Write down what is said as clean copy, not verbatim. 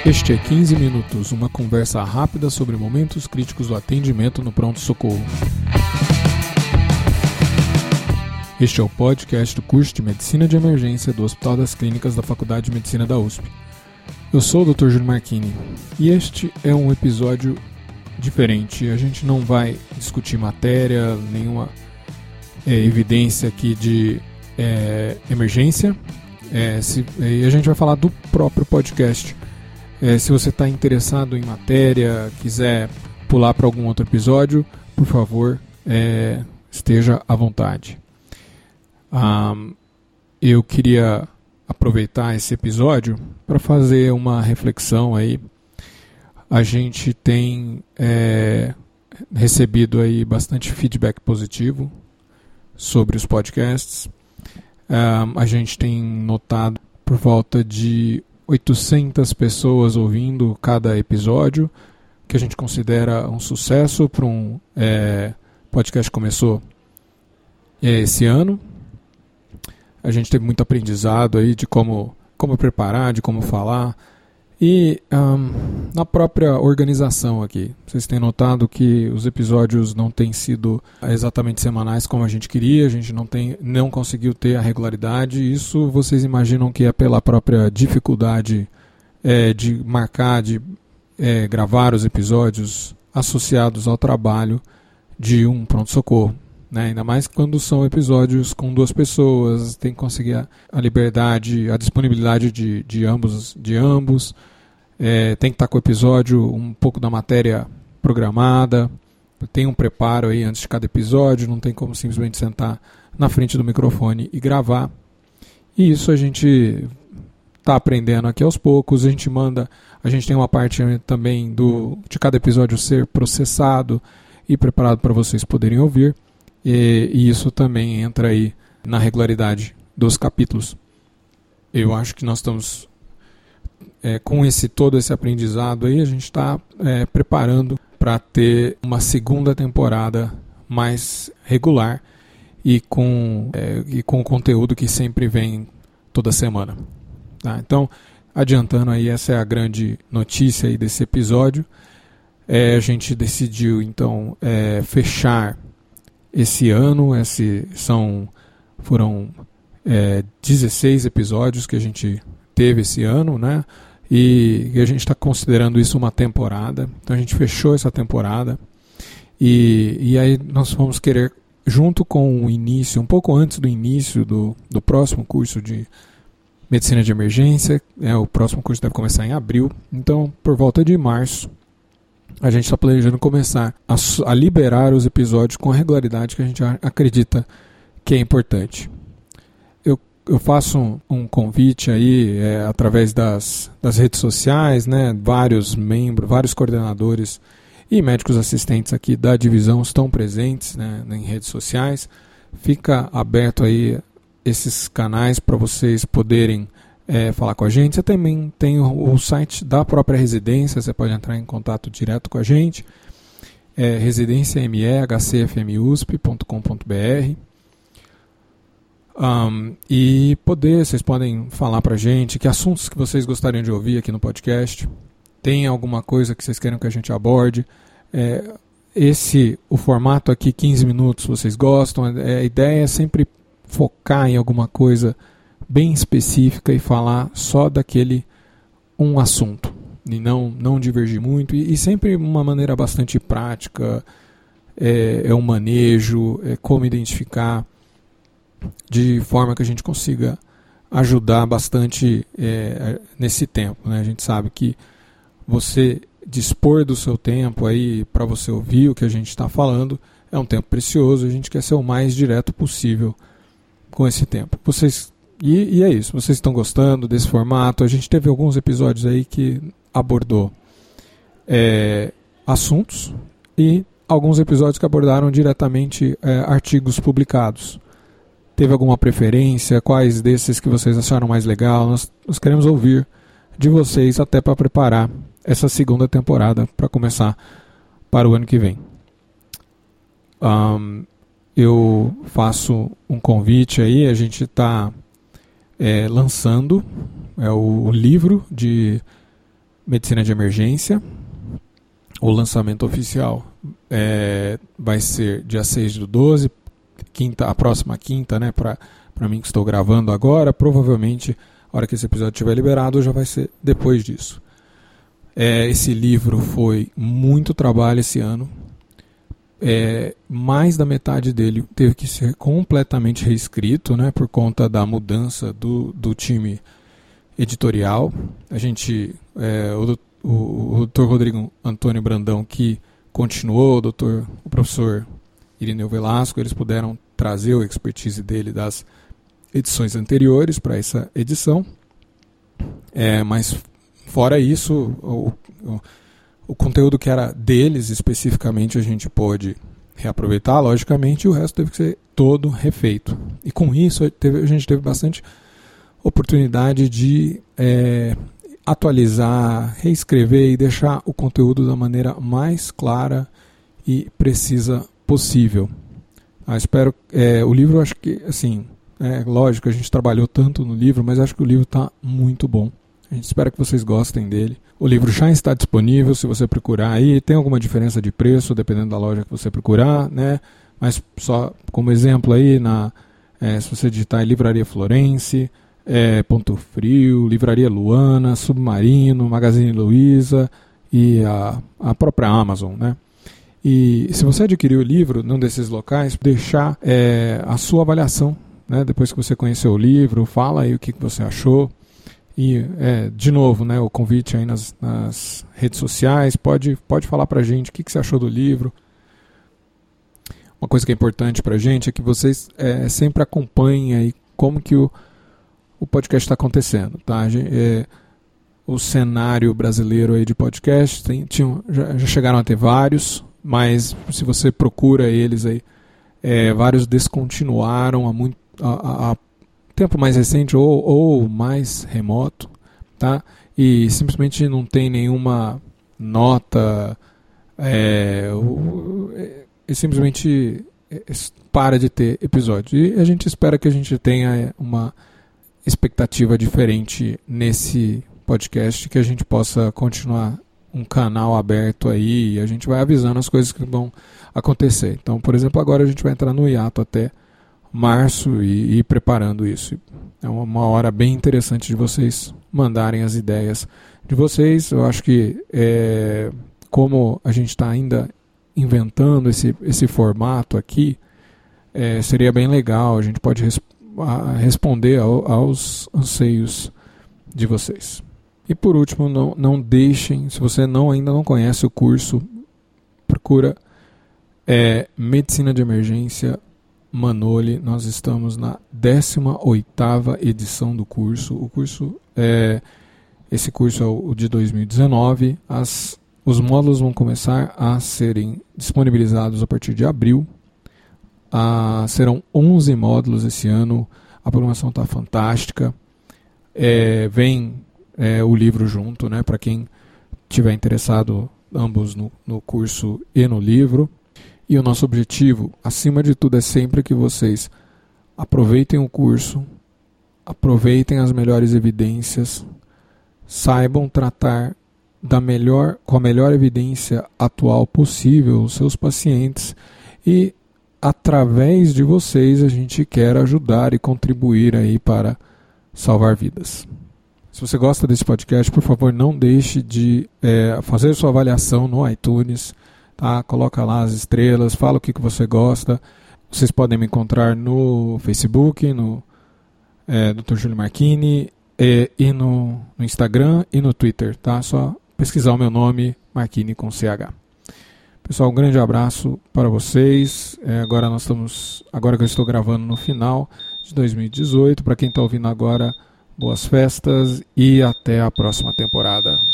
Este é 15 Minutos, uma conversa rápida sobre momentos críticos do atendimento no pronto-socorro. Este é o podcast do curso de Medicina de Emergência do Hospital das Clínicas da Faculdade de Medicina da USP. Eu sou o Dr. Júlio Marchini e este é um episódio diferente. A gente não vai discutir matéria, nenhuma evidência aqui de emergência. E a gente vai falar do próprio podcast. Se você está interessado em matéria, quiser pular para algum outro episódio, por favor, esteja à vontade. Eu queria aproveitar esse episódio para fazer uma reflexão aí. A gente tem recebido aí bastante feedback positivo sobre os podcasts. A gente tem notado por volta de 800 pessoas ouvindo cada episódio, que a gente considera um sucesso para um podcast que começou esse ano. A gente teve muito aprendizado aí de como preparar, de como falar. E na própria organização aqui, vocês têm notado que os episódios não têm sido exatamente semanais como a gente queria, a gente não conseguiu ter a regularidade. Isso vocês imaginam que é pela própria dificuldade de marcar, de gravar os episódios associados ao trabalho de um pronto-socorro. Né? Ainda mais quando são episódios com duas pessoas, tem que conseguir a liberdade, a disponibilidade de ambos. Tem que estar com o episódio, um pouco da matéria programada, tem um preparo aí antes de cada episódio, não tem como simplesmente sentar na frente do microfone e gravar. E isso a gente está aprendendo aqui aos poucos. A gente tem uma parte também de cada episódio ser processado e preparado para vocês poderem ouvir. E isso também entra aí na regularidade dos capítulos. Eu acho que nós estamos com todo esse aprendizado aí, a gente está preparando para ter uma segunda temporada mais regular e com o conteúdo que sempre vem toda semana. Tá? Então, adiantando aí, essa é a grande notícia aí desse episódio. A gente decidiu então fechar esse ano. Foram 16 episódios que a gente teve esse ano, né? E a gente está considerando isso uma temporada. Então a gente fechou essa temporada e aí nós vamos querer, junto com o início, um pouco antes do início do próximo curso de Medicina de Emergência, o próximo curso deve começar em abril, então por volta de março a gente está planejando começar a liberar os episódios com a regularidade que a gente acredita que é importante. Eu faço um convite aí através das redes sociais, né? Vários membros, vários coordenadores e médicos assistentes aqui da divisão estão presentes, né, em redes sociais. Fica aberto aí esses canais para vocês poderem falar com a gente. Você também tem o site da própria residência, você pode entrar em contato direto com a gente. residenciamehcfmusp.com.br. E vocês podem falar pra gente que assuntos que vocês gostariam de ouvir aqui no podcast. Tem alguma coisa que vocês queiram que a gente aborde? O formato aqui, 15 minutos, vocês gostam? A ideia é sempre focar em alguma coisa bem específica e falar só daquele um assunto. E não divergir muito. E sempre uma maneira bastante prática. Um manejo, como identificar, de forma que a gente consiga ajudar bastante nesse tempo. Né? A gente sabe que você dispor do seu tempo aí para você ouvir o que a gente está falando é um tempo precioso. A gente quer ser o mais direto possível com esse tempo. E é isso. Vocês estão gostando desse formato? A gente teve alguns episódios aí que abordou assuntos e alguns episódios que abordaram diretamente artigos publicados. Teve alguma preferência? Quais desses que vocês acharam mais legal? Nós queremos ouvir de vocês até para preparar essa segunda temporada para começar para o ano que vem. Eu faço um convite aí, a gente está lançando o livro de Medicina de Emergência. O lançamento oficial vai ser dia 6/12, a próxima quinta, né, para mim que estou gravando agora. Provavelmente, a hora que esse episódio estiver liberado, já vai ser depois disso. Esse livro foi muito trabalho esse ano. Mais da metade dele teve que ser completamente reescrito, né, por conta da mudança do time editorial. A gente, o Dr. Rodrigo Antônio Brandão, que continuou, o professor Irineu Velasco, eles puderam trazer a expertise dele das edições anteriores para essa edição. Mas fora isso, o conteúdo que era deles especificamente a gente pôde reaproveitar, logicamente, e o resto teve que ser todo refeito. E com isso a gente teve bastante oportunidade de atualizar, reescrever e deixar o conteúdo da maneira mais clara e precisa possível. Espero o livro, acho que, assim, lógico, a gente trabalhou tanto no livro, mas acho que o livro está muito bom. A gente espera que vocês gostem dele. O livro já está disponível, se você procurar aí. Tem alguma diferença de preço, dependendo da loja que você procurar, né? Mas só como exemplo aí, se você digitar Livraria Florence, Ponto Frio, Livraria Luana, Submarino, Magazine Luiza e a própria Amazon, né? E se você adquirir o livro num desses locais, deixar a sua avaliação, né? Depois que você conheceu o livro, fala aí o que você achou. E, de novo, né, o convite aí nas redes sociais, pode falar pra gente o que você achou do livro. Uma coisa que é importante pra gente é que vocês sempre acompanhem aí como que o podcast está acontecendo, tá? O cenário brasileiro aí de podcast, já chegaram a ter vários, mas se você procura eles aí, vários descontinuaram há tempo mais recente ou mais remoto, tá? E simplesmente não tem nenhuma nota, e simplesmente para de ter episódio. E a gente espera que a gente tenha uma expectativa diferente nesse podcast, que a gente possa continuar um canal aberto aí e a gente vai avisando as coisas que vão acontecer. Então, por exemplo, agora a gente vai entrar no hiato até março e ir preparando isso. É uma hora bem interessante de vocês mandarem as ideias de vocês. Eu acho que como a gente está ainda inventando esse formato aqui, seria bem legal, a gente pode responder aos anseios de vocês. E por último, não deixem, se você ainda não conhece o curso, procura Medicina de Emergência Manoli. Nós estamos na 18ª edição do curso. Esse curso é o de 2019. Os módulos vão começar a serem disponibilizados a partir de abril. Serão 11 módulos esse ano. A programação está fantástica. Vem o livro junto, né, para quem tiver interessado, ambos no curso e no livro. E o nosso objetivo, acima de tudo, é sempre que vocês aproveitem o curso, aproveitem as melhores evidências, saibam tratar com a melhor evidência atual possível os seus pacientes e, através de vocês, a gente quer ajudar e contribuir aí para salvar vidas. Se você gosta desse podcast, por favor, não deixe de fazer sua avaliação no iTunes. Tá? Coloca lá as estrelas, fala o que você gosta. Vocês podem me encontrar no Facebook, no Dr. Júlio Marchini, e no Instagram e no Twitter. Tá? Só pesquisar o meu nome, Marchini com CH. Pessoal, um grande abraço para vocês. Agora que eu estou gravando no final de 2018, para quem está ouvindo agora, boas festas e até a próxima temporada.